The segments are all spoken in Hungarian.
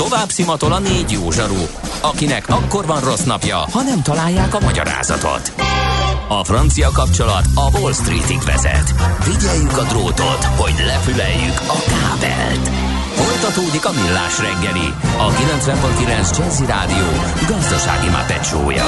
Tovább szimatol a 4 jó zsaru, akinek akkor van rossz napja, ha nem találják a magyarázatot. A francia kapcsolat a Wall Streetig vezet. Figyeljük a drótot, hogy lefüleljük a kábelt. Folytatódik a Millás reggeli, a 90.9 Jazzy Rádió gazdasági mápecsója.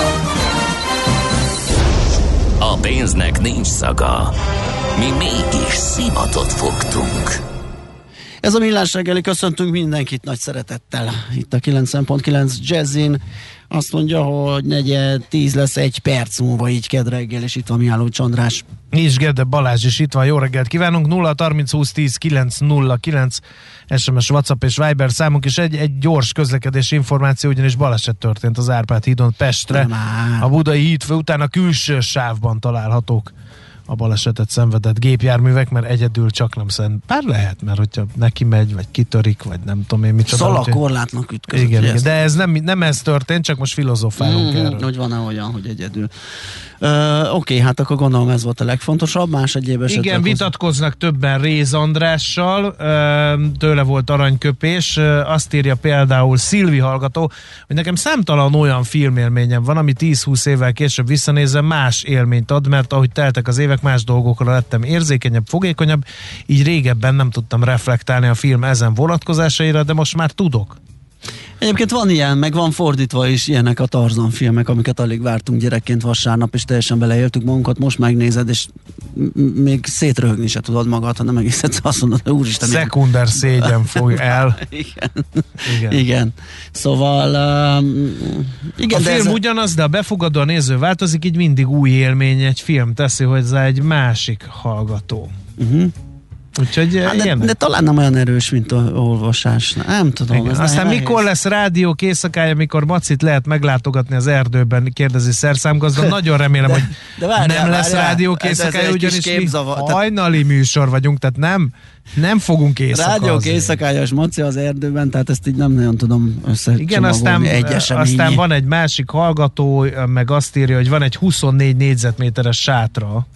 A pénznek nincs szaga. Mi mégis szimatot fogtunk. Ez a Millás reggeli, köszöntünk mindenkit nagy szeretettel. Itt a 90.9 Jazzin. Azt mondja, hogy 9:10 lesz 1 perc múlva, így kedd reggel, és itt van Mihálovics András. És Gede Balázs is itt van, jó reggelt kívánunk. 0-30-20-10-9-09 SMS, WhatsApp és Viber számunk, és egy gyors közlekedési információ, ugyanis baleset történt az Árpád hídon Pestre. A Budai hídfő után a külső sávban találhatók a balesetet szenvedett gépjárművek, mert egyedül csak nem bár lehet, mert hogyha neki megy, vagy kitörik, vagy nem tudom én micsoda. Szalakorlátnak ütközött. Igen, de ez nem ez történt, csak most filozofálunk erről. Hogy van-e olyan, hogy egyedül. Oké, hát akkor gondolom ez volt a legfontosabb, más egyéb esetek. Igen, vitatkoznak többen Réz Andrással, tőle volt aranyköpés, azt írja például Szilvi hallgató, hogy nekem számtalan olyan filmélményem van, ami 10-20 évvel később visszanézem, más élményt ad, mert ahogy teltek az évek, más dolgokra lettem érzékenyebb, fogékonyabb, így régebben nem tudtam reflektálni a film ezen vonatkozásaira, de most már tudok. Egyébként van ilyen, meg van fordítva is ilyenek a Tarzan filmek, amiket alig vártunk gyerekként vasárnap, és teljesen beleéltük magunkat, most megnézed, és még szétröhögni se tudod magad, hanem egész egyszer azt mondod, hogy úristen. Szekunder szégyen fog el. Igen. Szóval igen, a film ugyanaz, de a befogadó, a néző változik, így mindig új élmény egy film teszi hozzá egy másik hallgató. Úgyhogy de talán nem olyan erős, mint a olvasás. Nem tudom. Aztán mikor lesz rádiók éjszakája, mikor Macit lehet meglátogatni az erdőben, kérdezi szerszámgazda. Nagyon remélem, hogy nem lesz rádiók éjszakája, ugyanis mi hajnali műsor vagyunk, tehát nem fogunk éjszaka. Rádiók éjszakája és Maci az erdőben, tehát ezt így nem nagyon tudom összecsomagolni egy eseményi. Aztán van egy másik hallgató, meg azt írja, hogy van egy 24 négyzetméteres sátra,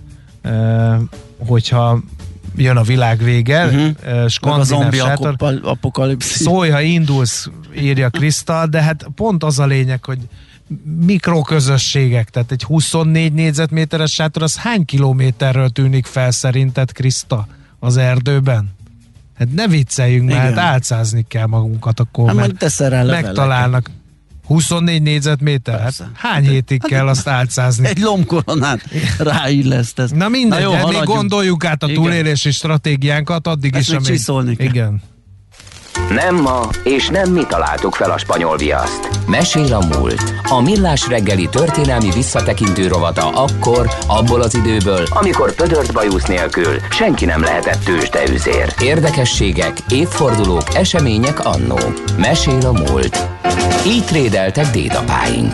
hogyha jön a világ vége, skandináv sátor. Apokalipszis. Szólj, ha indulsz, írja Kriszta, de hát pont az a lényeg, hogy mikroközösségek, tehát egy 24 négyzetméteres sátor, az hány kilométerről tűnik fel szerinted, Kriszta, az erdőben? Hát ne vicceljünk, mert álcázni kell magunkat, akkor megtalálnak. 24 négyzetméter? Hát hány hétig kell azt álcázni? Egy lombkoronát ráillesztesz. Na mindegy, még gondoljuk át a túlélési stratégiánkat, addig ezt is, amíg... csiszolni kell. Igen. Nem ma, és nem mi találtuk fel a spanyol viaszt. Mesél a múlt. A Millás reggeli történelmi visszatekintő rovata akkor, abból az időből, amikor pödört bajusz nélkül senki nem lehetett tőzsdeüzér. Érdekességek, évfordulók, események annó. Mesél a múlt. Így trédeltek dédapáink.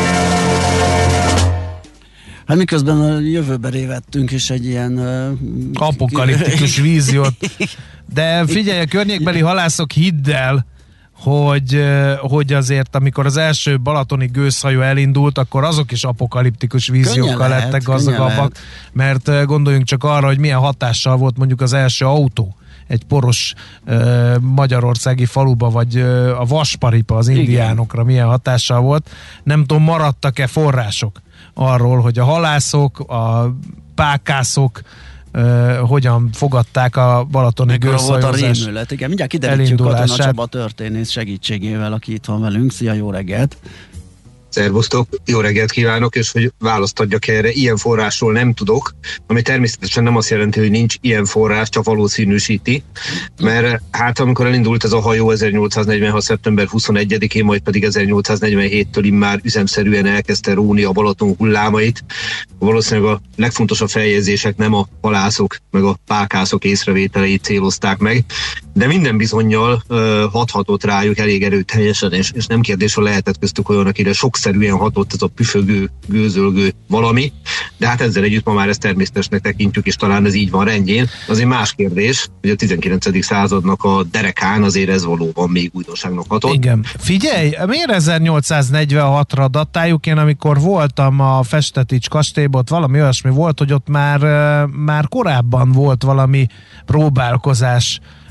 Hát miközben a jövőbe révettünk is egy ilyen apokaliptikus víziót. De figyelj, a környékbeli halászok, hidd el, hogy azért, amikor az első balatoni gőzhajó elindult, akkor azok is apokaliptikus víziókkal lettek gazdagabbak, mert gondoljunk csak arra, hogy milyen hatással volt mondjuk az első autó egy poros magyarországi faluba, vagy a vasparipa az indiánokra milyen hatással volt. Nem tudom, maradtak-e források arról, hogy a halászok, a pákászok hogyan fogadták a balatoni gőzhajózás volt a rémület. Igen, mindjárt kiderítjük Katona Csaba történész segítségével, aki itt van velünk. Szia, jó reggelt! Szervusztok, jó reggelt kívánok, és hogy választ adjak erre, ilyen forrásról nem tudok, ami természetesen nem azt jelenti, hogy nincs ilyen forrás, csak valószínűsíti, mert hát amikor elindult ez a hajó 1846. szeptember 21-én, majd pedig 1847-től immár üzemszerűen elkezdte róni a Balaton hullámait, valószínűleg a legfontosabb feljegyzések nem a halászok meg a pákászok észrevételeit célozták meg, de minden bizonnyal hathatott rájuk elég erőteljesen, és nem kérdés, hogy lehetett köztük olyan, akire sokszerűen hatott ez a püfögő, gőzölgő valami, de hát ezzel együtt ma már ezt természetesnek tekintjük, és talán ez így van rendjén. Azért más kérdés, hogy a 19. századnak a derekán azért ez valóban még újdonságnak hatott. Igen. Figyelj, miért 1846-ra datáljuk? Én amikor voltam a Festetics kastélyban, ott valami olyasmi volt, hogy ott már korábban volt valami próbálkozás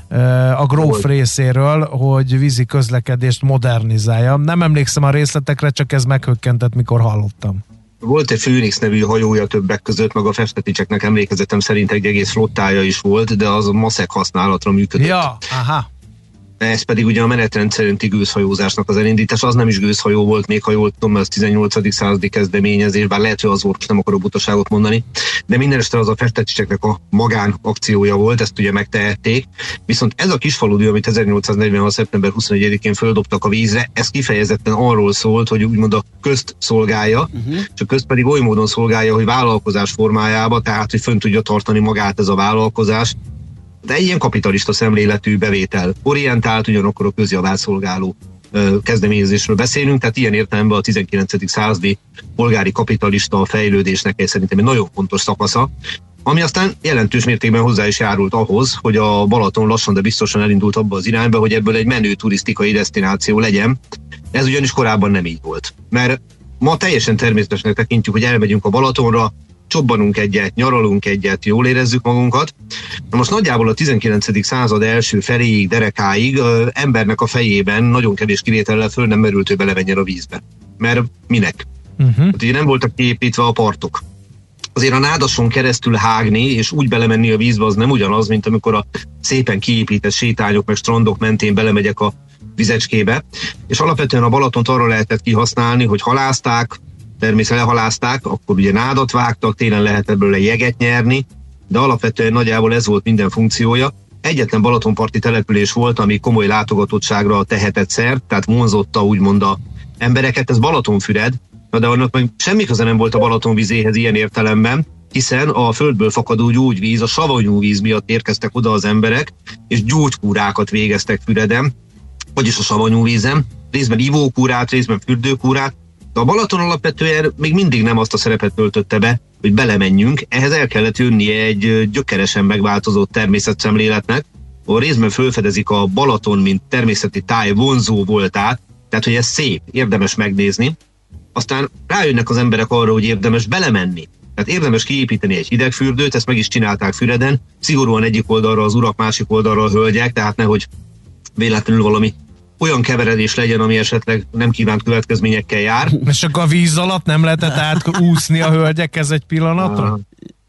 a Gróf részéről, hogy vízi közlekedést modernizálja. Nem emlékszem a részletekre, csak ez meghökkentett, mikor hallottam. Volt egy Phoenix nevű hajója többek között, meg a Festeticseknek emlékezetem szerint egy egész flottája is volt, de az a maszek használatra működött. Ja, aha. Ez pedig ugye a menetrend szerinti gőzhajózásnak az elindítás, az nem is gőzhajó volt, még ha jól tudom, az 18. századi kezdeményezés, bár lehet, hogy az volt, nem akarok butaságot mondani, de mindenesetre az a Festeticseknek a magánakciója volt, ezt ugye megtehették, viszont ez a kisfaludi, amit 1846. szeptember 21-én földobtak a vízre, ez kifejezetten arról szólt, hogy úgymond a közt szolgálja, és a közt pedig oly módon szolgálja, hogy vállalkozás formájába, tehát hogy fönn tudja tartani magát ez a vállalkozás, de ilyen kapitalista szemléletű bevétel orientált, ugyanakkor a közjavát szolgáló kezdeményezésről beszélünk, tehát ilyen értelemben a 19. századi polgári kapitalista fejlődésnek szerintem egy nagyon fontos szakasza, ami aztán jelentős mértékben hozzá is járult ahhoz, hogy a Balaton lassan, de biztosan elindult abba az irányba, hogy ebből egy menő turisztikai desztináció legyen. Ez ugyanis korábban nem így volt. Mert ma teljesen természetesnek tekintjük, hogy elmegyünk a Balatonra, csobbanunk egyet, nyaralunk egyet, jól érezzük magunkat. Na most nagyjából a 19. század első feléig, derekáig embernek a fejében nagyon kevés kivétellel föl nem merült, hogy belemenjen a vízbe. Mert minek? Hát ugye nem voltak kiépítve a partok. Azért a nádason keresztül hágni és úgy belemenni a vízbe az nem ugyanaz, mint amikor a szépen kiépített sétányok meg strandok mentén belemegyek a vizecskébe. És alapvetően a Balatont arra lehetett kihasználni, hogy halázták, természetesen lehalázták, akkor ugye nádat vágtak, télen lehet ebből jeget nyerni, de alapvetően nagyjából ez volt minden funkciója. Egyetlen balatonparti település volt, ami komoly látogatottságra tehetett szert, tehát vonzotta úgymond a embereket, ez Balatonfüred, de annak meg semmi köze nem volt a Balaton vizéhez ilyen értelemben, hiszen a földből fakadó gyógyvíz, a savanyú víz miatt érkeztek oda az emberek, és gyógykúrákat végeztek Füreden, vagyis a savanyú vízen, részben ivókúrát, részben fürdőkúrát. De a Balaton alapvetően még mindig nem azt a szerepet töltötte be, hogy belemenjünk, ehhez el kellett jönnie egy gyökeresen megváltozott természetszemléletnek, ahol részben felfedezik a Balaton, mint természeti táj vonzó voltát, tehát hogy ez szép, érdemes megnézni, aztán rájönnek az emberek arra, hogy érdemes belemenni. Tehát érdemes kiépíteni egy hidegfürdőt, ezt meg is csinálták Füreden, szigorúan egyik oldalra az urak, másik oldalra a hölgyek, tehát nehogy véletlenül valami olyan keveredés legyen, ami esetleg nem kívánt következményekkel jár. És akkor a víz alatt nem lehetett átúszni a hölgyekhez egy pillanatra?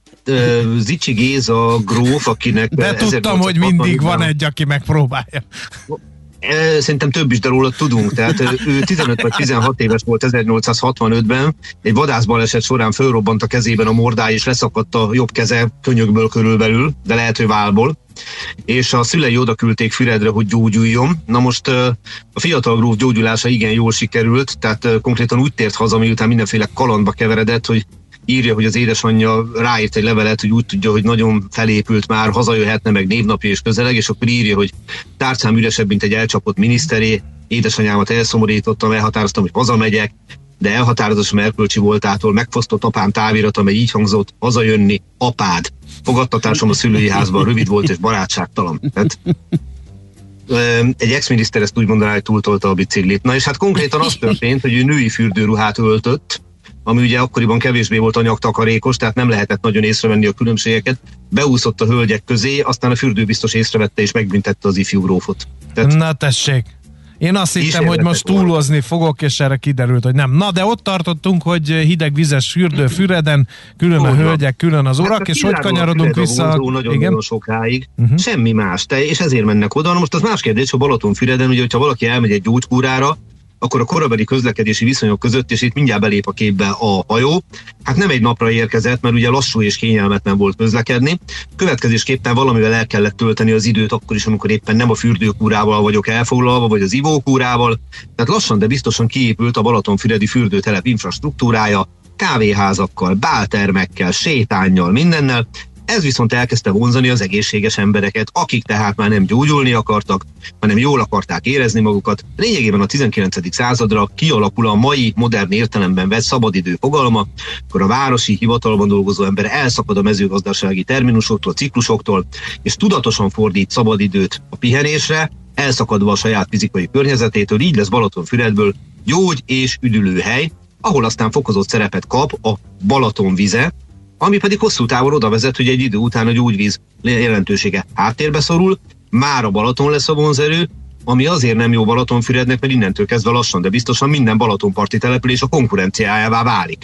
Zichy Géza gróf, akinek... De tudtam, hogy mindig van egy, aki megpróbálja. Szerintem több is, de róla tudunk. Tehát ő 15 vagy 16 éves volt 1865-ben, egy vadászbaleset során fölrobbant a kezében a mordály, és leszakadt a jobb keze könyökből körülbelül, de lehet, hogy válból. És a szülei oda küldték Füredre, hogy gyógyuljon. Na most a fiatal gróf gyógyulása igen jól sikerült, tehát konkrétan úgy tért haza, miután mindenféle kalandba keveredett, hogy írja, hogy az édesanyja ráírt egy levelet, hogy úgy tudja, hogy nagyon felépült már, hazajöhetne, meg névnapja és közeleg, és akkor írja, hogy tárcám üresebb, mint egy elcsapott miniszteré, édesanyámat elszomorítottam, elhatároztam, hogy hazamegyek, de elhatározásom erkölcsi voltától megfosztott apám távirat, amely így hangzott, hazajönni, apád. Fogadtatásom a szülői házban rövid volt és barátságtalan. Tehát, egy ex-miniszter ezt úgy mondaná, hogy túltolta a biciklit. Na és hát konkrétan az történt, hogy ő női fürdőruhát öltött, ami ugye akkoriban kevésbé volt anyagtakarékos, tehát nem lehetett nagyon észrevenni a különbségeket. Beúszott a hölgyek közé, aztán a fürdőbiztos észrevette és megbüntette az ifjú grófot. Tehát, na tessék! Én azt hittem, hogy most túlozni fogok, és erre kiderült, hogy nem. Na, de ott tartottunk, hogy hidegvizes fürdő Füreden, külön a hölgyek, külön az urak, és hogy kanyarodunk vissza? Nagyon sokáig, semmi más, és ezért mennek oda. Na most az más kérdés, hogy Balatonfüreden, ugye, hogyha valaki elmegy egy gyógykúrára, akkor a korabeli közlekedési viszonyok között, és itt mindjárt belép a képbe a hajó, hát nem egy napra érkezett, mert ugye lassú és kényelmetlen volt közlekedni. Következésképpen valamivel el kellett tölteni az időt akkor is, amikor éppen nem a fürdőkúrával vagyok elfoglalva, vagy az ivókúrával. Tehát lassan, de biztosan kiépült a balatonfüredi fürdőtelep infrastruktúrája, kávéházakkal, báltermekkel, sétánnyal, mindennel. Ez viszont elkezdte vonzani az egészséges embereket, akik tehát már nem gyógyulni akartak, hanem jól akarták érezni magukat. Lényegében a 19. századra kialakul a mai modern értelemben vett szabadidő fogalma, akkor a városi hivatalban dolgozó ember elszakad a mezőgazdasági terminusoktól, ciklusoktól, és tudatosan fordít szabadidőt a pihenésre, elszakadva a saját fizikai környezetétől, így lesz Balatonfüredből gyógy- és üdülőhely, ahol aztán fokozott szerepet kap a Balaton vize, ami pedig hosszú távon oda vezet, hogy egy idő után a gyógyvíz jelentősége háttérbe szorul, már a Balaton lesz a vonzerő, ami azért nem jó Balatonfürednek, mert innentől kezdve lassan, de biztosan minden balatonparti település a konkurenciájává válik.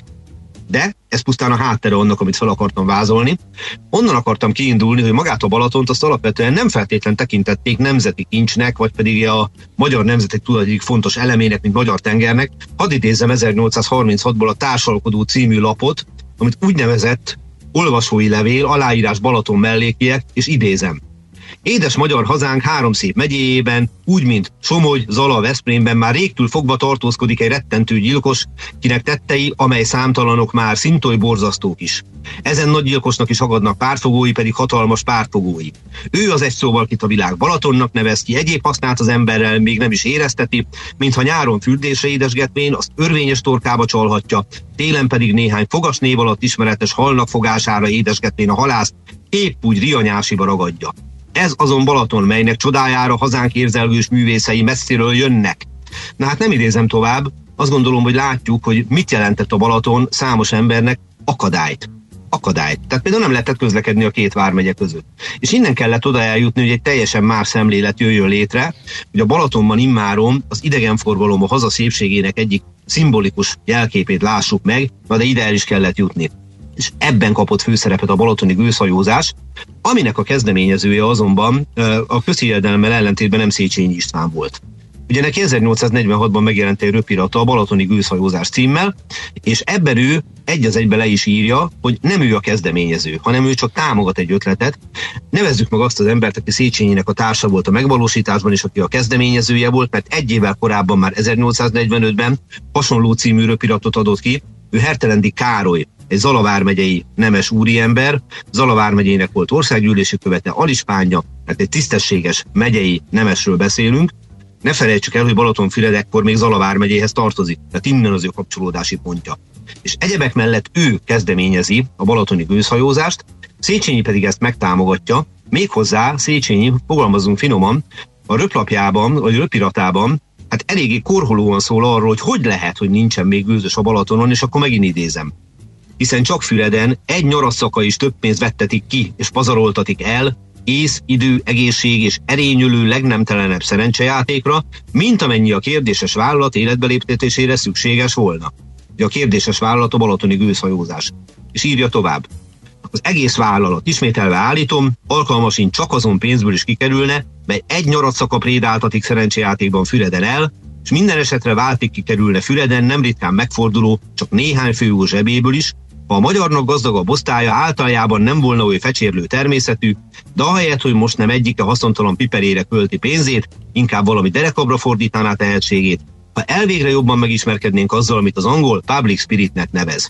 De ez pusztán a háttere annak, amit fel akartam vázolni. Onnan akartam kiindulni, hogy magát a Balatont azt alapvetően nem feltétlen tekintették nemzeti kincsnek, vagy pedig a magyar nemzeti tudat egyik fontos elemének, mint magyar tengernek. Hadd idézzem 1836-ból a Társalkodó című lapot, amit úgynevezett olvasói levél, aláírás Balaton mellékiek, és idézem. Édes magyar hazánk 3 szép megyéjében, úgy, mint Somogy, Zala, Veszprémben már régtől fogva tartózkodik egy rettentő gyilkos, kinek tettei, amely számtalanok már, szintoly borzasztók is. Ezen nagy gyilkosnak is agadnak pártfogói, pedig hatalmas pártfogói. Ő az egy szóval, kit a világ Balatonnak nevez ki, egyéb hasznát az emberrel még nem is érezteti, mintha nyáron fürdésre édesgetvén azt örvényes torkába csalhatja, télen pedig néhány fogas név alatt ismeretes halnak fogására édesgetvén a halászt, épp úgy rianyásiba ragadja. Ez azon Balaton, melynek csodájára hazánk érzelgős művészei messziről jönnek. Na hát nem idézem tovább, azt gondolom, hogy látjuk, hogy mit jelentett a Balaton számos embernek akadályt. Tehát például nem lehetett közlekedni a két vármegye között. És innen kellett oda eljutni, hogy egy teljesen más szemlélet jöjjön létre, hogy a Balatonban immáron az idegenforgalom a haza szépségének egyik szimbolikus jelképét lássuk meg, de ide el is kellett jutni. És ebben kapott főszerepet a balatoni gőzhajózás, aminek a kezdeményezője azonban a közhiedelemmel ellentétben nem Széchenyi István volt. Ugye neki 1846-ban megjelent egy röpirata a Balatoni gőzhajózás címmel, és ebben ő egy az egybe le is írja, hogy nem ő a kezdeményező, hanem ő csak támogat egy ötletet. Nevezzük meg azt az embert, aki Széchenyinek a társa volt a megvalósításban, és aki a kezdeményezője volt, mert egy évvel korábban, már 1845-ben hasonló című röpiratot adott ki. Ő Hertelendi Károly, egy Zala vármegyei nemes úriember, Zala vármegyének volt országgyűlési követe, alispánja, tehát egy tisztességes megyei nemesről beszélünk. Ne felejtsük el, hogy Balatonfüred ekkor még Zala vármegyéhez tartozik, tehát innen az ő kapcsolódási pontja. És egyebek mellett ő kezdeményezi a balatoni gőzhajózást, Széchenyi pedig ezt megtámogatja, méghozzá Széchenyi, fogalmazunk finoman, a röplapjában, vagy röpiratában, hát eléggé korholóan szól arról, hogy lehet, hogy nincsen még gőzös a Balatonon, és akkor megint idézem. Hiszen csak Füreden egy nyaraszaka is több pénzt vettetik ki, és pazaroltatik el, ész, idő, egészség és erényülő legnemtelenebb szerencsejátékra, mint amennyi a kérdéses vállalat életbeléptetésére szükséges volna. Ugye a kérdéses vállalat a balatoni gőzhajózás. És írja tovább. Az egész vállalat, ismételve állítom, alkalmasint csak azon pénzből is kikerülne, mely egy nyaraszaka prédáltatik szerencsejátékban Füreden el, és minden esetre váltig kikerülne Füreden nem ritkán megforduló, csak néhány főúr zsebéből is, ha a magyarnak gazdagabb osztálya általában nem volna oly fecsérlő természetű, de ahelyett, hogy most nem egyike haszontalan piperére költi pénzét, inkább valami derekabra fordítaná tehetségét, ha elvégre jobban megismerkednénk azzal, amit az angol public spiritnek nevez.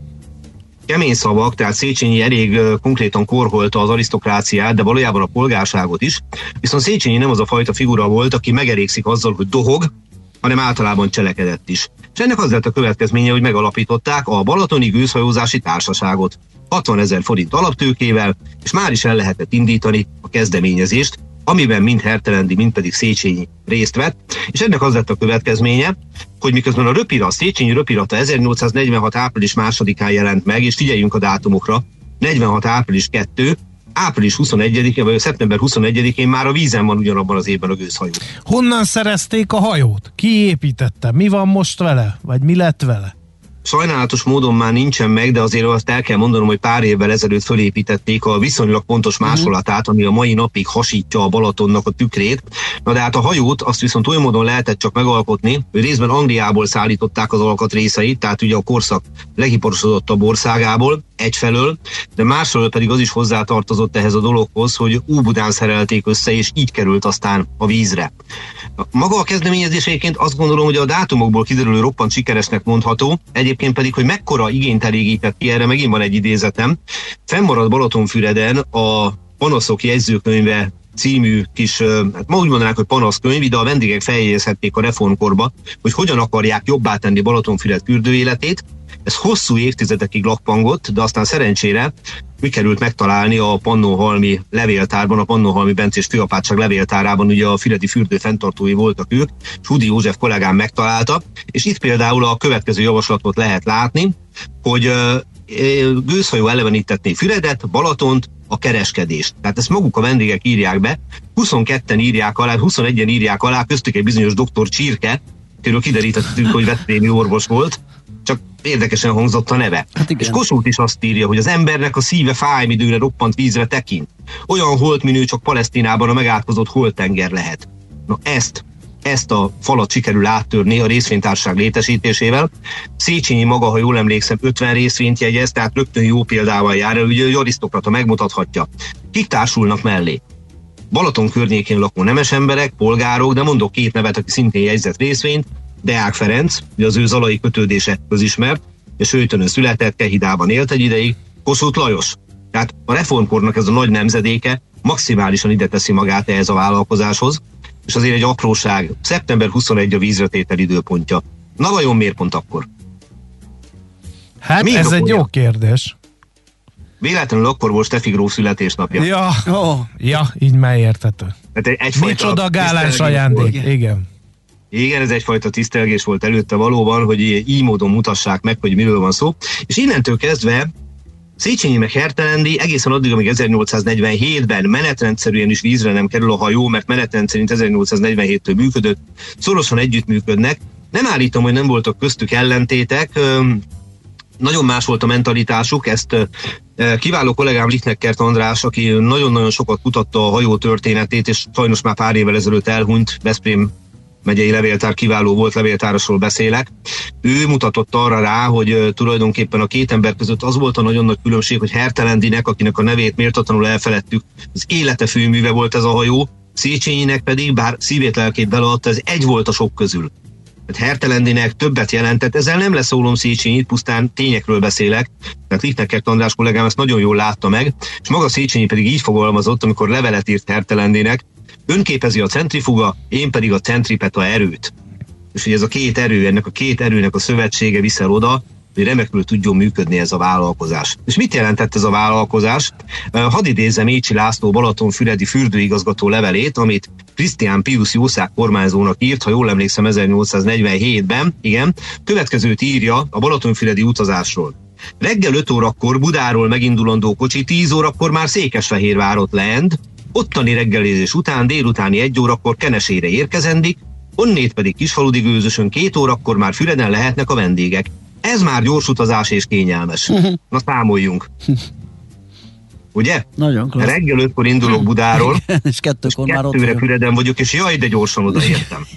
Kemény szavak, tehát Széchenyi elég konkrétan korholta az arisztokráciát, de valójában a polgárságot is, viszont Széchenyi nem az a fajta figura volt, aki megelégszik azzal, hogy dohog, hanem általában cselekedett is. És ennek az lett a következménye, hogy megalapították a Balatoni Gőzhajózási Társaságot 60 000 forint alaptőkével, és már is el lehetett indítani a kezdeményezést, amiben mind Hertelendi, mind pedig Széchenyi részt vett, és ennek az lett a következménye, hogy miközben a Széchenyi röpirata 1846. április 2-án jelent meg, és figyeljünk a dátumokra, 46. április 2, április 21-én, vagy szeptember 21-én már a vízen van ugyanabban az évben a gőzhajó. Honnan szerezték a hajót? Ki építette? Mi van most vele? Vagy mi lett vele? Sajnálatos módon már nincsen meg, de azért azt el kell mondanom, hogy pár évvel ezelőtt fölépítették a viszonylag pontos másolatát, ami a mai napig hasítja a Balatonnak a tükrét. Na de hát a hajót azt viszont olyan módon lehetett csak megalkotni, hogy részben Angliából szállították az alkatrészeit, tehát ugye a korszak legiparosodottabb országából egyfelől, de másfelől pedig az is hozzátartozott ehhez a dologhoz, hogy Óbudán szerelték össze, és így került aztán a vízre. Maga a kezdeményezés egyébként azt gondolom, hogy a dátumokból kiderülő roppant sikeresnek mondható, egyébként pedig, hogy mekkora igényt elégített ki, erre megint van egy idézetem. Fennmaradt Balatonfüreden a Panaszok jegyzőkönyve című kis, hát ma úgy mondanák, hogy panaszkönyv, de a vendégek feljegyezhették a reformkorba, hogy hogyan akarják jobbá tenni Balatonfüred fürdőéletét. Ez hosszú évtizedekig lappangott, de aztán szerencsére került megtalálni a Pannonhalmi levéltárban, a Pannonhalmi Bencés főapátság levéltárában, ugye a füredi fürdő fenntartói voltak ők, és Hudi József kollégám megtalálta, és itt például a következő javaslatot lehet látni, hogy gőzhajó elevenítetné Füredet, Balatont, a kereskedést. Tehát ezt maguk a vendégek írják be, 22-en írják alá, 21-en írják alá, köztük egy bizonyos doktor Csirke, akiről kiderítettünk, hogy vetténi orvos volt, csak érdekesen hangzott a neve. Hát és Kossuth is azt írja, hogy az embernek a szíve fáj, midőre roppant vízre tekint. Olyan holtminő csak Palesztinában a megátkozott holttenger lehet. Na ezt a falat sikerül áttörni a részvénytársaság létesítésével. Széchenyi maga, ha jól emlékszem, 50 részvényt jegyez, tehát rögtön jó példával jár el, ugye egy arisztokrata megmutathatja. Kik társulnak mellé? Balaton környékén lakó nemes emberek, polgárok, de mondok két nevet, aki szintén jegyzett részvényt, Deák Ferenc, ugye az ő zalai kötődése közismert, és Őtönön született, Kehidában élt egy ideig, Kossuth Lajos. Tehát a reformkornak ez a nagy nemzedéke maximálisan ide teszi magát ehhez a vállalkozáshoz, és azért egy apróság, szeptember 21 a vízretétel időpontja. Na vajon miért pont akkor? Hát mi ez egy jó kérdés. Véletlenül akkor volt Steffi gróf születésnapja. Ja, így már érthető. Micsoda gálás ajándék, igen. Igen, ez egyfajta tisztelgés volt előtte valóban, hogy így módon mutassák meg, hogy miről van szó. És innentől kezdve Széchenyi meg Hertelendi egészen addig, amíg 1847-ben menetrendszerűen is vízre nem kerül a hajó, mert menetrend szerint 1847-től működött, szorosan együttműködnek. Nem állítom, hogy nem voltak köztük ellentétek, nagyon más volt a mentalitásuk, ezt kiváló kollégám Lichneckert András, aki nagyon-nagyon sokat kutatta a hajó történetét, és sajnos már pár évvel ezelőtt elhunyt, Veszprém megyei levéltár kiváló volt, levéltárosról beszélek. Ő mutatott arra rá, hogy tulajdonképpen a két ember között az volt a nagyon nagy különbség, hogy Hertelendinek, akinek a nevét méltatlanul elfeledtük, az élete főműve volt ez a hajó, Széchenyinek pedig, bár szívét lelkét beleadta, ez egy volt a sok közül. Hertelendinek többet jelentett, ezzel nem leszólom Széchenyit, pusztán tényekről beszélek, tehát Lichneckert András kollégám ezt nagyon jól látta meg, és maga Széchenyi pedig így fogalmazott, amikor levelet írt Hertelendinek: önképezi a centrifuga, én pedig a centripeta erőt. És hogy ez a két erő, ennek a két erőnek a szövetsége viszel oda, hogy remekül tudjon működni ez a vállalkozás. És mit jelentett ez a vállalkozás? Hadd idézzem Écsi László balatonfüredi fürdőigazgató levelét, amit Krisztián Piusz jószág kormányzónak írt, ha jól emlékszem 1847-ben, igen, következőt írja a balatonfüredi utazásról. Reggel 5 órakor Budáról megindulandó kocsi 10 órakor már Székesfehérvárot leend, ottani reggelizés után délutáni 1 órakor Kenesére érkezendik, onnét pedig Kisfaludi gőzösön 2 órakor már Füreden lehetnek a vendégek. Ez már gyors utazás és kényelmes. Na számoljunk. Ugye? Nagyon klassz. Reggel 5-kor indulok Budáról, és 2-kor már ott 2-re Füreden vagyok, és jaj, de gyorsan odaértem.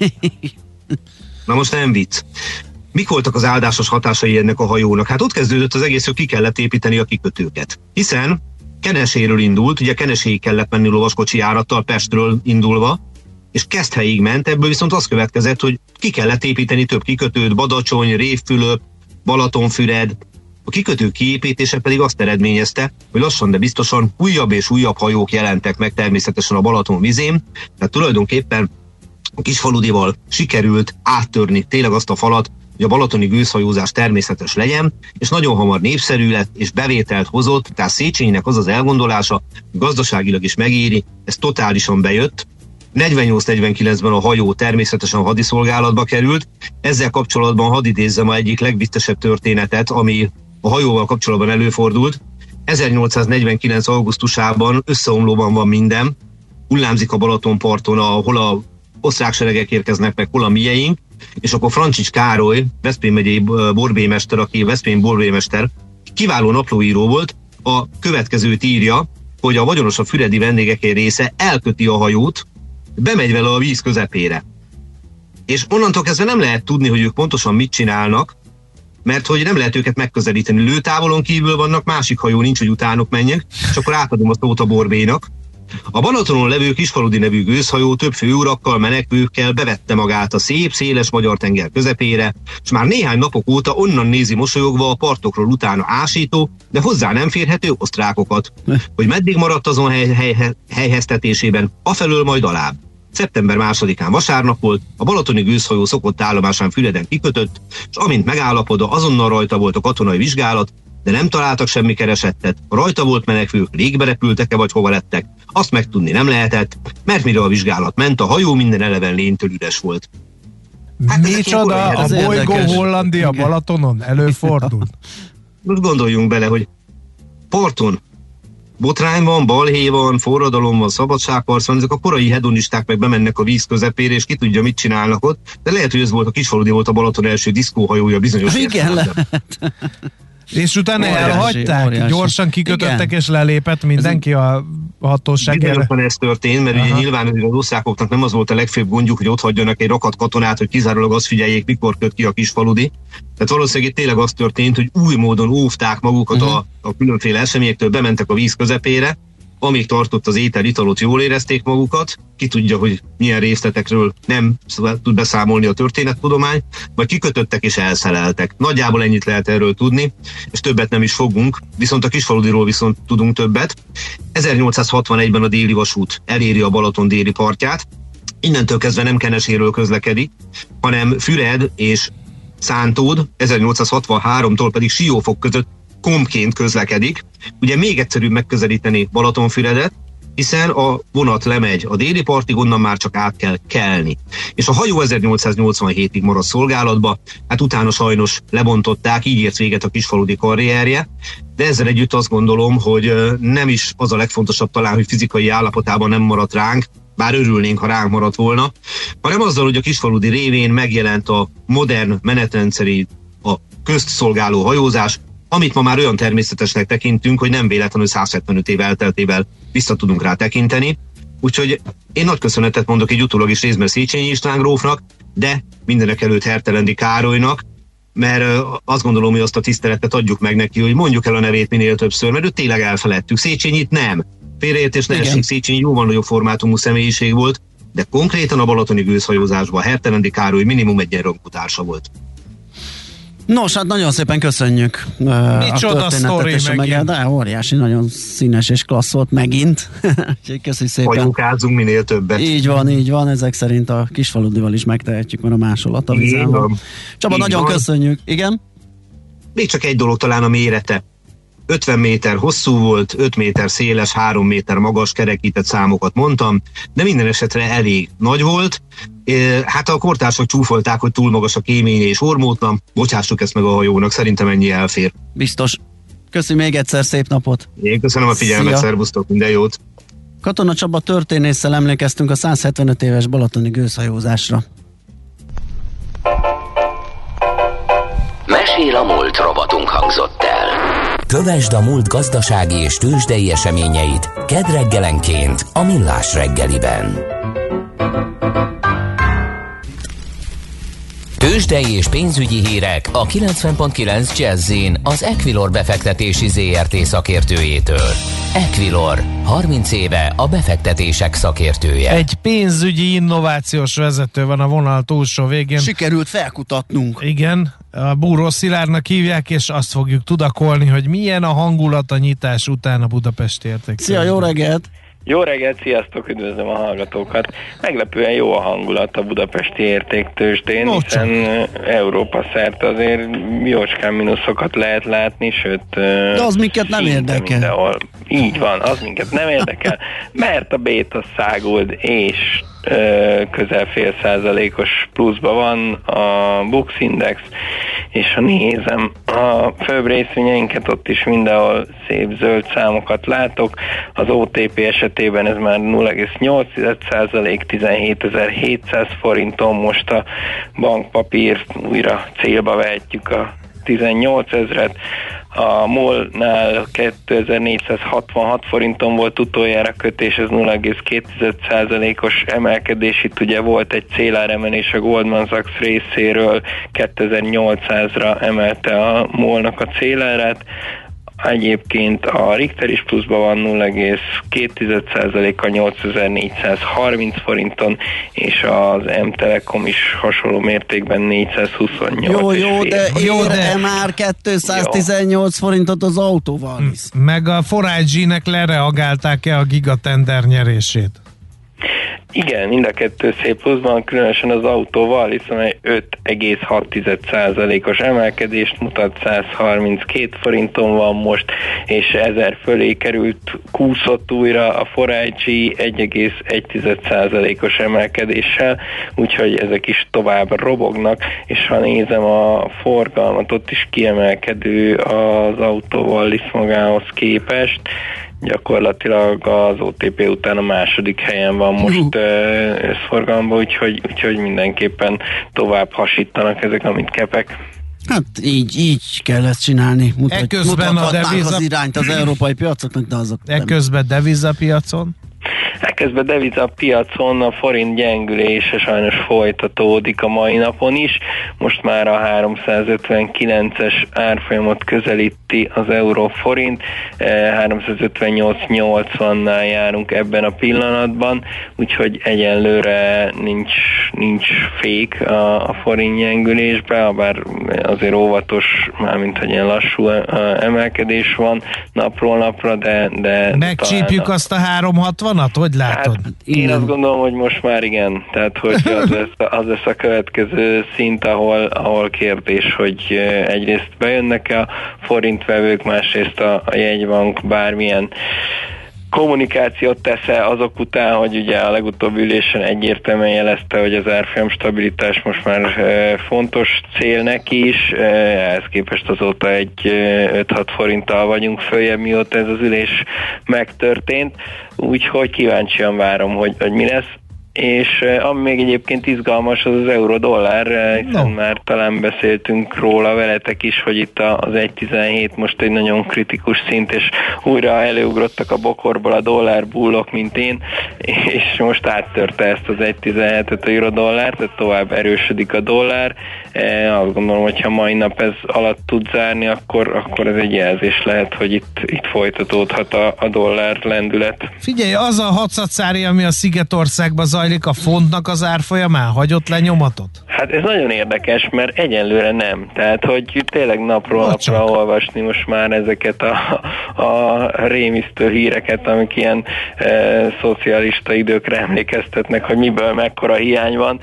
Na most nem vicc. Mik voltak az áldásos hatásai ennek a hajónak? Hát ott kezdődött az egész, hogy ki kellett építeni a kikötőket. Hiszen Keneséről indult, ugye Keneséig kellett menni lovaskocsi járattal Pestről indulva, és Keszthelyig ment, ebből viszont az következett, hogy ki kellett építeni több kikötőt, Badacsony, Révfülöp, Balatonfüred. A kikötő kiépítése pedig azt eredményezte, hogy lassan, de biztosan újabb és újabb hajók jelentek meg természetesen a Balaton vizén, tehát tulajdonképpen a Kisfaludival sikerült áttörni tényleg azt a falat, hogy a balatoni gőzhajózás természetes legyen, és nagyon hamar népszerű lett, és bevételt hozott, tehát Széchenyinek az az elgondolása, gazdaságilag is megéri, ez totálisan bejött. 48-49-ben a hajó természetesen hadiszolgálatba került, ezzel kapcsolatban hadd idézzem a egyik legviccesebb történetet, ami a hajóval kapcsolatban előfordult. 1849. augusztusában összeomlóban van minden, hullámzik a Balatonparton, hol a osztrák seregek érkeznek meg, hol a mieink, és akkor Francsics Károly, Veszprém megyei borbémester, aki Veszprém borbémester, kiváló naplóíró volt, a következőt írja, hogy a vagyonosabb füredi vendégek egy része elköti a hajót, bemegy vele a víz közepére. És onnantól kezdve nem lehet tudni, hogy ők pontosan mit csinálnak, mert hogy nem lehet őket megközelíteni. Lőtávolon kívül vannak, másik hajó nincs, hogy utánuk menjek, és akkor átadom a szót a Borbénak. A Balatonon levő Kisfaludi nevű gőzhajó több főurakkal, menekvőkkel bevette magát a szép, széles magyar tenger közepére, és már néhány napok óta onnan nézi mosolyogva a partokról utána ásító, de hozzá nem férhető osztrákokat. Hogy meddig maradt azon helyheztetésében, afelől majd alább. Szeptember 2-án vasárnap volt, a balatoni gőzhajó szokott állomásán Füreden kikötött, és amint megállapodva, azonnal rajta volt a katonai vizsgálat, de nem találtak semmi keresettet, rajta volt menekvők, légbe repültek-e vagy hova lettek, azt megtudni nem lehetett, mert mire a vizsgálat ment, a hajó minden eleven lénytől üres volt. Hát micsoda, a bolygó Hollandia Balatonon előfordult? Most gondoljunk bele, hogy parton botrány van, balhé van, forradalom van, szabadságharc van, ezek a korai hedonisták meg bemennek a víz közepére, és ki tudja, mit csinálnak ott, de lehet, hogy ez volt a Kisfaludi volt a Balaton első diszkóhajója bizonyos Igen, És utána óriási, elhagyták, óriási. gyorsan kikötöttek, Igen. és lelépett mindenki a hatóság erre. Bizonyosan ez történt, mert ugye nyilván az osztrákoknak nem az volt a legfőbb gondjuk, hogy ott hagyjanak egy rakat katonát, hogy kizárólag azt figyeljék, mikor köt ki a Kisfaludi. Tehát valószínűleg itt tényleg az történt, hogy új módon óvták magukat a különféle eseményektől, bementek a víz közepére, amíg tartott az étel, italot, jól érezték magukat, ki tudja, hogy milyen részletekről nem tud beszámolni a történettudomány, vagy kikötöttek és elszeleltek. Nagyjából ennyit lehet erről tudni, és többet nem is fogunk, viszont a Kisfaludiról viszont tudunk többet. 1861-ben a déli vasút eléri a Balaton déli partját, innentől kezdve nem Keneséről közlekedik, hanem Füred és Szántód 1863-tól pedig Siófok között kompként közlekedik. Ugye még egyszerűbb megközelíteni Balatonfüredet, hiszen a vonat lemegy a déli partig, onnan már csak át kell kelni. És a hajó 1887-ig marad szolgálatba, hát utána sajnos lebontották, így ért véget a Kisfaludi karrierje, de ezzel együtt azt gondolom, hogy nem is az a legfontosabb talán, hogy fizikai állapotában nem maradt ránk, bár örülnénk, ha ránk maradt volna, hanem azzal, hogy a Kisfaludi révén megjelent a modern menetrendszeri, a közt szolgáló hajózás, amit ma már olyan természetesnek tekintünk, hogy nem véletlenül 175 év elteltével vissza tudunk rá tekinteni. Úgyhogy én nagy köszönetet mondok egy utólag is részben Széchenyi István grófnak, de mindenek előtt Hertelendi Károlynak, mert azt gondolom, hogy azt a tiszteletet adjuk meg neki, hogy mondjuk el a nevét minél többször, mert őt tényleg elfeledtük. Széchenyit nem. Félreértés ne esik, Széchenyi jóval nagyobb formátumú személyiség volt, de konkrétan a balatoni gőzhajózásban Hertelendi Károly minimum egyenrangú társa volt. Nos, hát nagyon szépen köszönjük. Micsoda sztori megint. De óriási, nagyon színes és klassz volt megint. Köszönjük szépen. Hajókázunk minél többet. Így van, ezek szerint a Kisfaludival is megtehetjük, mert a másolat a vizában. Csaba, így nagyon van. Köszönjük. Igen? Még csak egy dolog, talán a mérete. 50 méter hosszú volt, 5 méter széles, 3 méter magas, kerekített számokat mondtam, de minden esetre elég nagy volt. Hát a kortársak csúfolták, hogy túl magas a kéménye és ormótlan. Bocsássuk ezt meg a hajónak, szerintem ennyi elfér. Biztos. Köszönöm még egyszer, szép napot! Én köszönöm a figyelmet, szervusztok, minden jót! Katona Csaba történésszel emlékeztünk a 175 éves balatoni gőzhajózásra. Mesél a múlt robotunk hangzott el. Kövesd a múlt gazdasági és tőzsdei eseményeit kedd reggelenként a Millás reggeliben. Tőzsdei és pénzügyi hírek a 90.9 Jazz-in az Equilor befektetési ZRT szakértőjétől. Equilor, 30 éve a befektetések szakértője. Egy pénzügyi innovációs vezető van a vonal túlsó végén. Sikerült felkutatnunk. Igen, a Búró Szilárdnak hívják, és azt fogjuk tudakolni, hogy milyen a hangulat a nyitás után a Budapesti Értéktőzsdén. Szia, jó reggelt! Jó reggelt, sziasztok, üdvözlöm a hallgatókat. Meglepően jó a hangulat a Budapesti Értéktőzsdén, hiszen Európa szerte azért jócskán mínuszokat lehet látni, sőt... De az minket nem érdekel. Mindenhol. Így van, az minket nem érdekel, mert a béta száguld és közel 0,5%-os pluszban van a Bux Index, és ha nézem a főbb részvényeinket, ott is mindenhol szép zöld számokat látok. Az OTP esetében ez már 0,8%, 17.700 forinton, most a bankpapírt újra célba vehetjük a 18 000-et. A MOL-nál 2466 forinton volt utoljára kötés, ez 0,2%-os emelkedés. Itt ugye volt egy céláremelés a Goldman Sachs részéről, 2800-ra emelte a MOL-nak a célárát. Egyébként a Richter is pluszban van 0,2%-a 8430 forinton, és az M-Telekom is hasonló mértékben 428. Jó, de ér-e már 218 forintot az autóval is? Meg a Forage-nek lereagálták-e a gigatender nyerését? Igen, mind a kettő szép pluszban, különösen az autóval, hiszen 5,6%-os emelkedést mutat, 132 forinton van most, és 1000 fölé került, kúszott újra a Forage 1,1%-os emelkedéssel, úgyhogy ezek is tovább robognak, és ha nézem a forgalmat, ott is kiemelkedő az autóval is magához képest, gyakorlatilag az OTP után a második helyen van most összforgalomban, úgyhogy mindenképpen tovább hasítanak ezek a midcapek. Hát így kell ezt csinálni. Mutathatnánk az irányt az európai piacoknak, de azok Ekközben devizapiacon? Ekközben devizapiacon a forint gyengülése sajnos folytatódik a mai napon is. Most már a 359-es árfolyamot közelíti az euró-forint. 358-80-nál járunk ebben a pillanatban, úgyhogy egyenlőre nincs fék a forint gyengülésbe, bár azért óvatos, mármint hogy ilyen lassú emelkedés van napról napra, de megcsípjük azt a 360-at? Hogy látod? Hát, én azt gondolom, hogy most már igen. Tehát, hogy az lesz a következő szint, ahol kérdés, hogy egyrészt bejönnek-e a forintvevők, másrészt a jegybank bármilyen kommunikációt tesz-e azok után, hogy ugye a legutóbbi ülésen egyértelműen jelezte, hogy az árfolyam stabilitás most már fontos cél neki is, ehhez képest azóta egy 5-6 forinttal vagyunk följebb, mióta ez az ülés megtörtént, úgyhogy kíváncsian várom, hogy mi lesz. És ami még egyébként izgalmas, az euró-dollár, hiszen már talán beszéltünk róla veletek is, hogy itt az 1.17 most egy nagyon kritikus szint, és újra előugrottak a bokorból a dollárbullok, mint én, és most áttörte ezt az 1.17-et a euró-dollár, tehát tovább erősödik a dollár. Azt gondolom, hogyha mai nap ez alatt tud zárni, akkor ez egy jelzés lehet, hogy itt folytatódhat a dollár lendület. Figyelj, az a hadszatszári, ami a Szigetországban zajlik, a fontnak az árfolyamán hagyott le nyomatot? Hát ez nagyon érdekes, mert egyenlőre nem. Tehát, hogy tényleg napról napra olvasni most már ezeket a rémisztő híreket, amik ilyen szocialista időkre emlékeztetnek, hogy miből mekkora hiány van,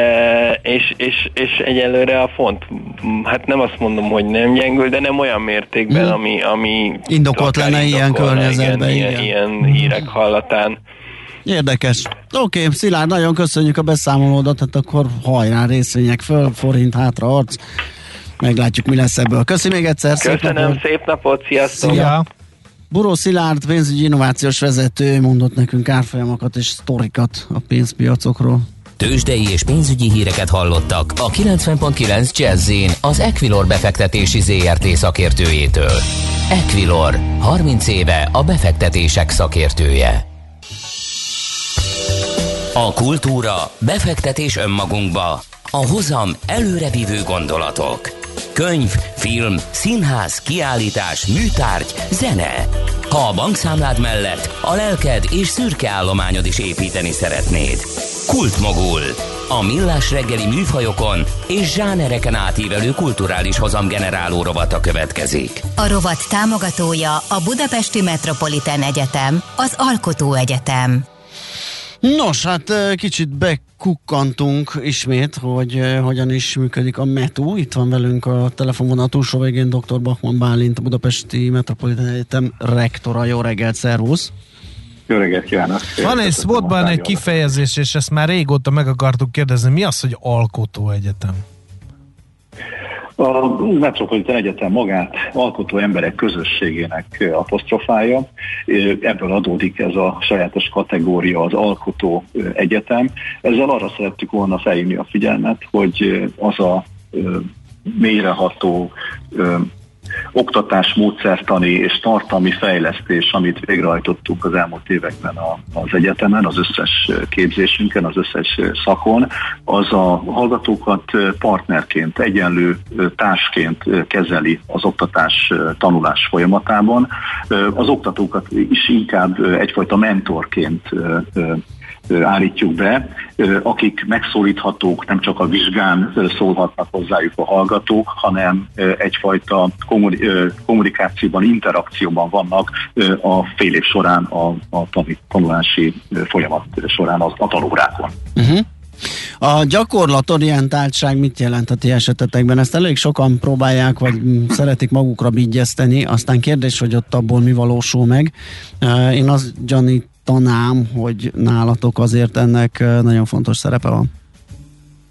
és egyelőre a font, hát nem azt mondom, hogy nem gyengül, de nem olyan mértékben, ami indokolt lenne ilyen környezetben. Ilyen hírek hallatán. Érdekes. Oké, Szilárd, nagyon köszönjük a beszámolódat, hát akkor hajrá, részvények föl, forint hátra arc. Meglátjuk, mi lesz ebből. Köszi még egyszer. Köszönöm, szép napot, sziasztok! Szia. Buró Szilárd, pénzügyi innovációs vezető, mondott nekünk árfolyamokat és sztorikat a pénzpiacokról. Tőzsdei és pénzügyi híreket hallottak a 90.9 Jazz-in az Equilor befektetési ZRT szakértőjétől. Equilor, 30 éve a befektetések szakértője. A kultúra, befektetés önmagunkba, a hozam előrevívő gondolatok. Könyv, film, színház, kiállítás, műtárgy, zene. Ha a bankszámlád mellett a lelked és szürke állományod is építeni szeretnéd. Kultmogul. A millás reggeli műfajokon és zsánereken átívelő kulturális hozamgeneráló rovata következik. A rovat támogatója a Budapesti Metropolitán Egyetem, az Alkotó Egyetem. Nos, hát kicsit bekukkantunk ismét, hogy hogyan is működik a METU. Itt van velünk a telefonvonal túlsó végén dr. Bachmann Bálint, a Budapesti Metropolitán Egyetem rektora. Jó reggelt, szervusz! Jó reggelt kívánok! Van egy spotban egy kifejezés, és ezt már régóta meg akartuk kérdezni. Mi az, hogy Alkotó Egyetem? A Metropolitán Egyetem magát alkotó emberek közösségének apostrofálja. Ebből adódik ez a sajátos kategória, az Alkotó Egyetem. Ezzel arra szerettük volna felhívni a figyelmet, hogy az a mélyreható oktatás, módszertani és tartalmi fejlesztés, amit végrehajtottunk az elmúlt években az egyetemen, az összes képzésünkön, az összes szakon, az a hallgatókat partnerként, egyenlő társként kezeli az oktatás tanulás folyamatában. Az oktatókat is inkább egyfajta mentorként állítjuk be, akik megszólíthatók, nem csak a vizsgán szólhatnak hozzájuk a hallgatók, hanem egyfajta kommunikációban, interakcióban vannak a fél év során, a tanulási folyamat során, a tanórákon. A gyakorlatorientáltság mit jelent a ti esetetekben? Ezt elég sokan próbálják, vagy szeretik magukra bigyezteni, aztán kérdés, hogy ott abból mi valósul meg. Én azt gyanítanám, hogy nálatok azért ennek nagyon fontos szerepe van.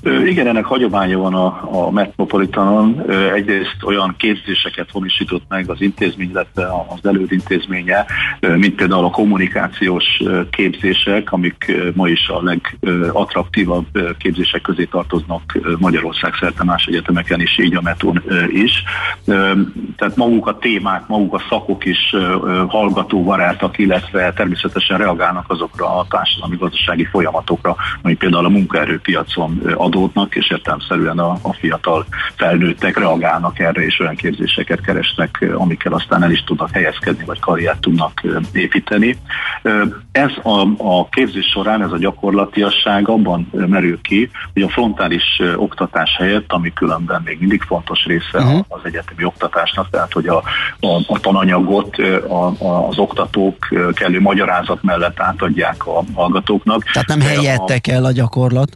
Igen, ennek hagyománya van a Metropolitanon. Egyrészt olyan képzéseket honosított meg az intézmény, illetve az elődintézménye, mint például a kommunikációs képzések, amik ma is a legattraktívabb képzések közé tartoznak Magyarország szerte más egyetemeken is, így a Metón is. Tehát maguk a témák, maguk a szakok is hallgatóbarátak, illetve természetesen reagálnak azokra a társadalmi-gazdasági folyamatokra, ami például a munkaerőpiacon adódnak, és értelemszerűen a fiatal felnőttek reagálnak erre, és olyan képzéseket keresnek, amikkel aztán el is tudnak helyezkedni, vagy karriert tudnak építeni. Ez a képzés során, ez a gyakorlatiasság abban merül ki, hogy a frontális oktatás helyett, ami különben még mindig fontos része az egyetemi oktatásnak, tehát hogy a tananyagot az oktatók kellő magyarázat mellett átadják a hallgatóknak. Tehát nem helyette kell a gyakorlat?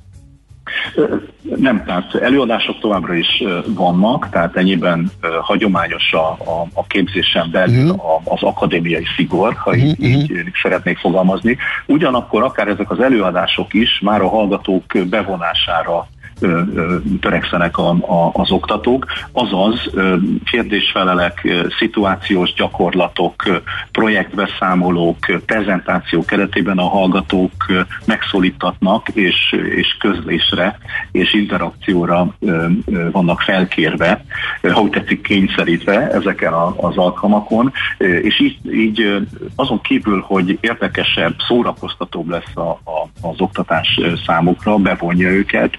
Nem, tehát előadások továbbra is vannak, tehát ennyiben hagyományos a képzésen belül az akadémiai szigor, ha így szeretnék fogalmazni. Ugyanakkor akár ezek az előadások is már a hallgatók bevonására törekszenek az oktatók, azaz kérdésfelelek, szituációs gyakorlatok, projektbeszámolók, prezentáció keretében a hallgatók megszólítatnak, és közlésre és interakcióra vannak felkérve, ha úgy tetszik kényszerítve ezeken az alkalmakon, és így azon kívül, hogy érdekesebb, szórakoztatóbb lesz az oktatás számukra, bevonja őket,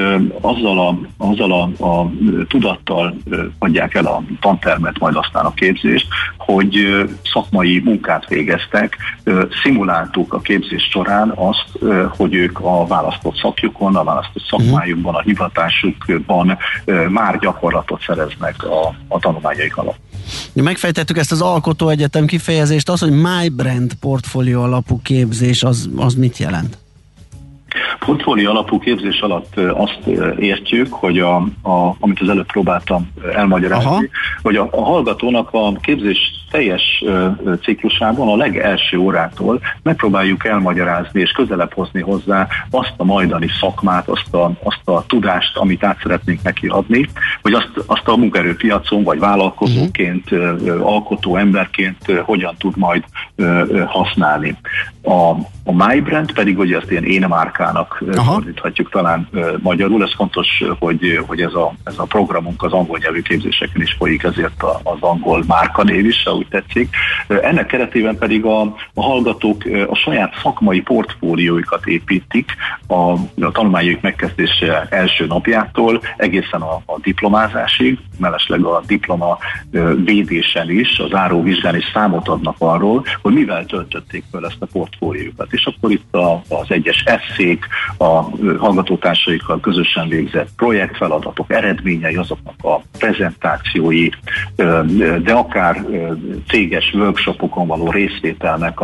azzal a tudattal adják el a tantermet, majd aztán a képzést, hogy szakmai munkát végeztek, szimuláltuk a képzés során azt, hogy ők a választott szakjukon, a választott szakmájukban, a hivatásukban már gyakorlatot szereznek a tanulmányaik alatt. Megfejtettük ezt az Alkotó Egyetem kifejezést, az, hogy My Brand portfólió alapú képzés, az mit jelent? Portfólió alapú képzés alatt azt értjük, hogy amit az előbb próbáltam elmagyarázni, hogy a hallgatónak a képzés teljes ciklusában a legelső órától megpróbáljuk elmagyarázni és közelebb hozni hozzá azt a majdani szakmát, azt a tudást, amit át szeretnénk neki adni, vagy azt a munkaerőpiacon, vagy vállalkozóként, alkotó emberként hogyan tud majd használni. A My Brand pedig, hogy ezt én márkának fordíthatjuk talán magyarul. Ez fontos, hogy ez a programunk az angol nyelvű képzéseken is folyik, ezért az angol márkanév is, úgy tetszik. Ennek keretében pedig a hallgatók a saját szakmai portfólióikat építik a tanulmányok megkezdése első napjától egészen a diplomázásig, mellesleg a diploma védésen is, az záróvizsgán is számot adnak arról, hogy mivel töltötték fel ezt a portfóliókat. És akkor itt az egyes esszék, a hallgatótársaikkal közösen végzett projektfeladatok, eredményei, azoknak a prezentációi, de akár céges workshopokon való részvételnek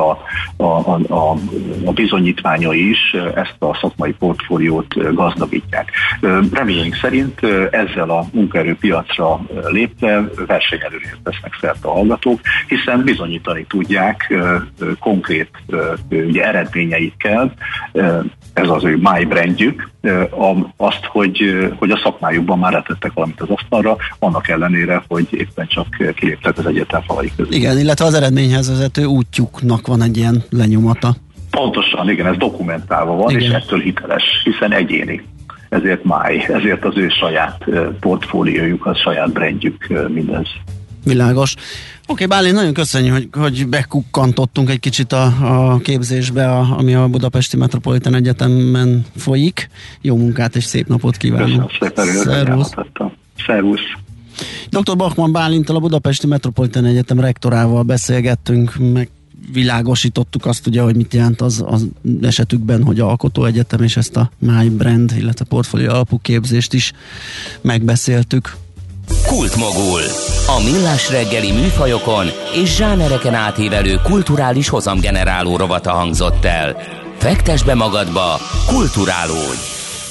a bizonyítványai is ezt a szakmai portfóliót gazdagítják. Reményeink szerint ezzel a munkaerőpiacra lépve versenyelőnyre tesznek szert a hallgatók, hiszen bizonyítani tudják konkrét eredményeikkel, ez az ő My Brandjük, azt, hogy a szakmájukban már letettek valamit az asztalra, annak ellenére, hogy éppen csak kiléptek az egyetem falai közül. Igen, illetve az eredményhez vezető útjuknak van egy ilyen lenyomata. Pontosan, igen, ez dokumentálva van, igen. És ettől hiteles, hiszen egyéni. Ezért ezért az ő saját portfóliójuk, a saját brandjük mindez. Világos. Oké, Bálint, nagyon köszönjük, hogy bekukkantottunk egy kicsit a képzésbe, ami a Budapesti Metropolitán Egyetemen folyik. Jó munkát és szép napot kívánok! Szervusz! Dr. Bachmann Bálinttal, a Budapesti Metropolitán Egyetem rektorával beszélgettünk, meg világosítottuk azt ugye, hogy mit jelent az esetükben, hogy Alkotó Egyetem, és ezt a My Brand, illetve portfólió alapú képzést is megbeszéltük. Kultmogul. A millás reggeli műfajokon és zsánereken átívelő kulturális hozamgeneráló rovata hangzott el. Fektess be magadba, kulturálódj!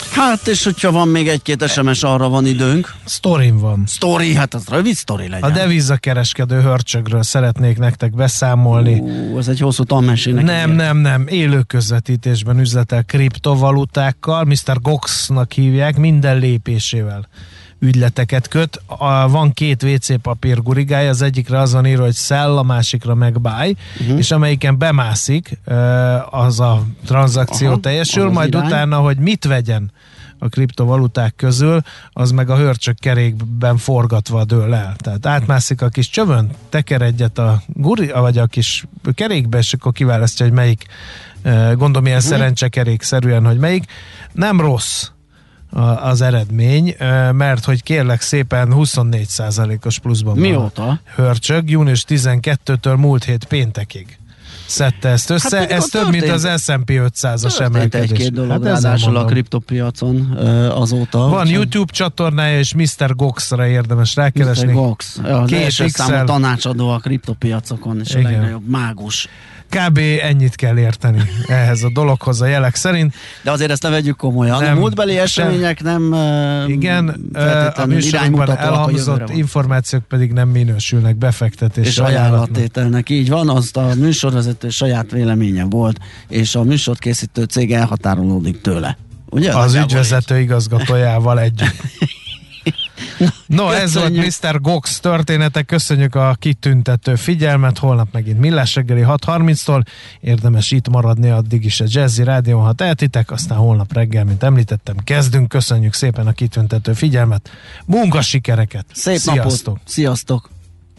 Hát, és hogyha van még egy-két SMS, arra van időnk. Sztorim van. Sztori, hát az rövid sztori legyen. A devizakereskedő hörcsögről szeretnék nektek beszámolni. Ez egy hosszú tanmesének. Nem. Élő közvetítésben üzletel kriptovalutákkal. Mr. Goxnak hívják, minden lépésével ügyleteket köt. Van 2 WC papír gurigája, az egyikre az van írva, hogy sell, a másikra meg buy, és amelyiken bemászik, az a tranzakció teljesül, az majd irány. Utána, hogy mit vegyen a kriptovaluták közül, az meg a hörcsök kerékben forgatva dől el. Tehát átmászik a kis csövön, teker egyet vagy a kis kerékbe, és akkor kiválasztja, hogy melyik, gondolom ilyen szerencsekerékszerűen, hogy melyik. Nem rossz az eredmény, mert hogy kérlek szépen 24%-os pluszban mióta? Van hörcsög, június 12-től múlt hét péntekig szedte ezt össze, hát ez több, mint az S&P 500-as emelkedés. Egy-két dolog, ráadásul a kriptopiacon azóta. Van YouTube csatornája, és Mr. Goxra érdemes rákeresni. Mr. Gox, az első számú tanácsadó a kriptopiacokon, és a legnagyobb mágus. Kb. Ennyit kell érteni ehhez a dologhoz a jelek szerint. De azért ezt ne vegyük komolyan. A múltbeli események nem a műsorokban elhangzott információk pedig nem minősülnek befektetés és ajánlattételnek. Így van, azt a műsorvezető saját véleménye volt, és a műsort készítő cég elhatárolódik tőle. Ugye? Az ügyvezető igazgatójával együtt. No, ez volt Mr. Gox története, köszönjük a kitüntető figyelmet, holnap megint Millás reggeli 6:30-tól, érdemes itt maradni addig is a Jazzy Rádión, ha tehetitek, aztán holnap reggel, mint említettem, kezdünk, köszönjük szépen a kitüntető figyelmet, munkasikereket, szép sziasztok! Napot. Sziasztok!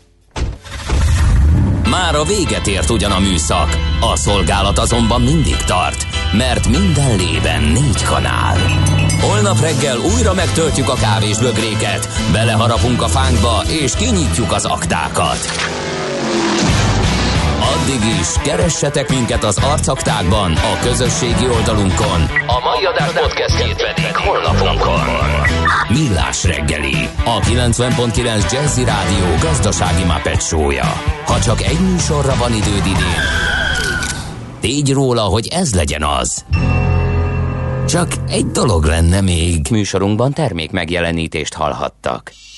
Már a véget ért ugyan a műszak, a szolgálat azonban mindig tart, mert minden lében 4 kanál. Holnap reggel újra megtöltjük a kávésbögréket, beleharapunk a fánkba és kinyitjuk az aktákat. Addig is keressetek minket az arcaktákban, a közösségi oldalunkon. A mai adás podcastjét pedig honlapunkon. Millás reggeli, a 90.9 Jazzy Rádió gazdasági Muppet show-ja. Ha csak egy műsorra van időd idén, tégy róla, hogy ez legyen az. Csak egy dolog lenne még. Műsorunkban termék megjelenítést hallhattak.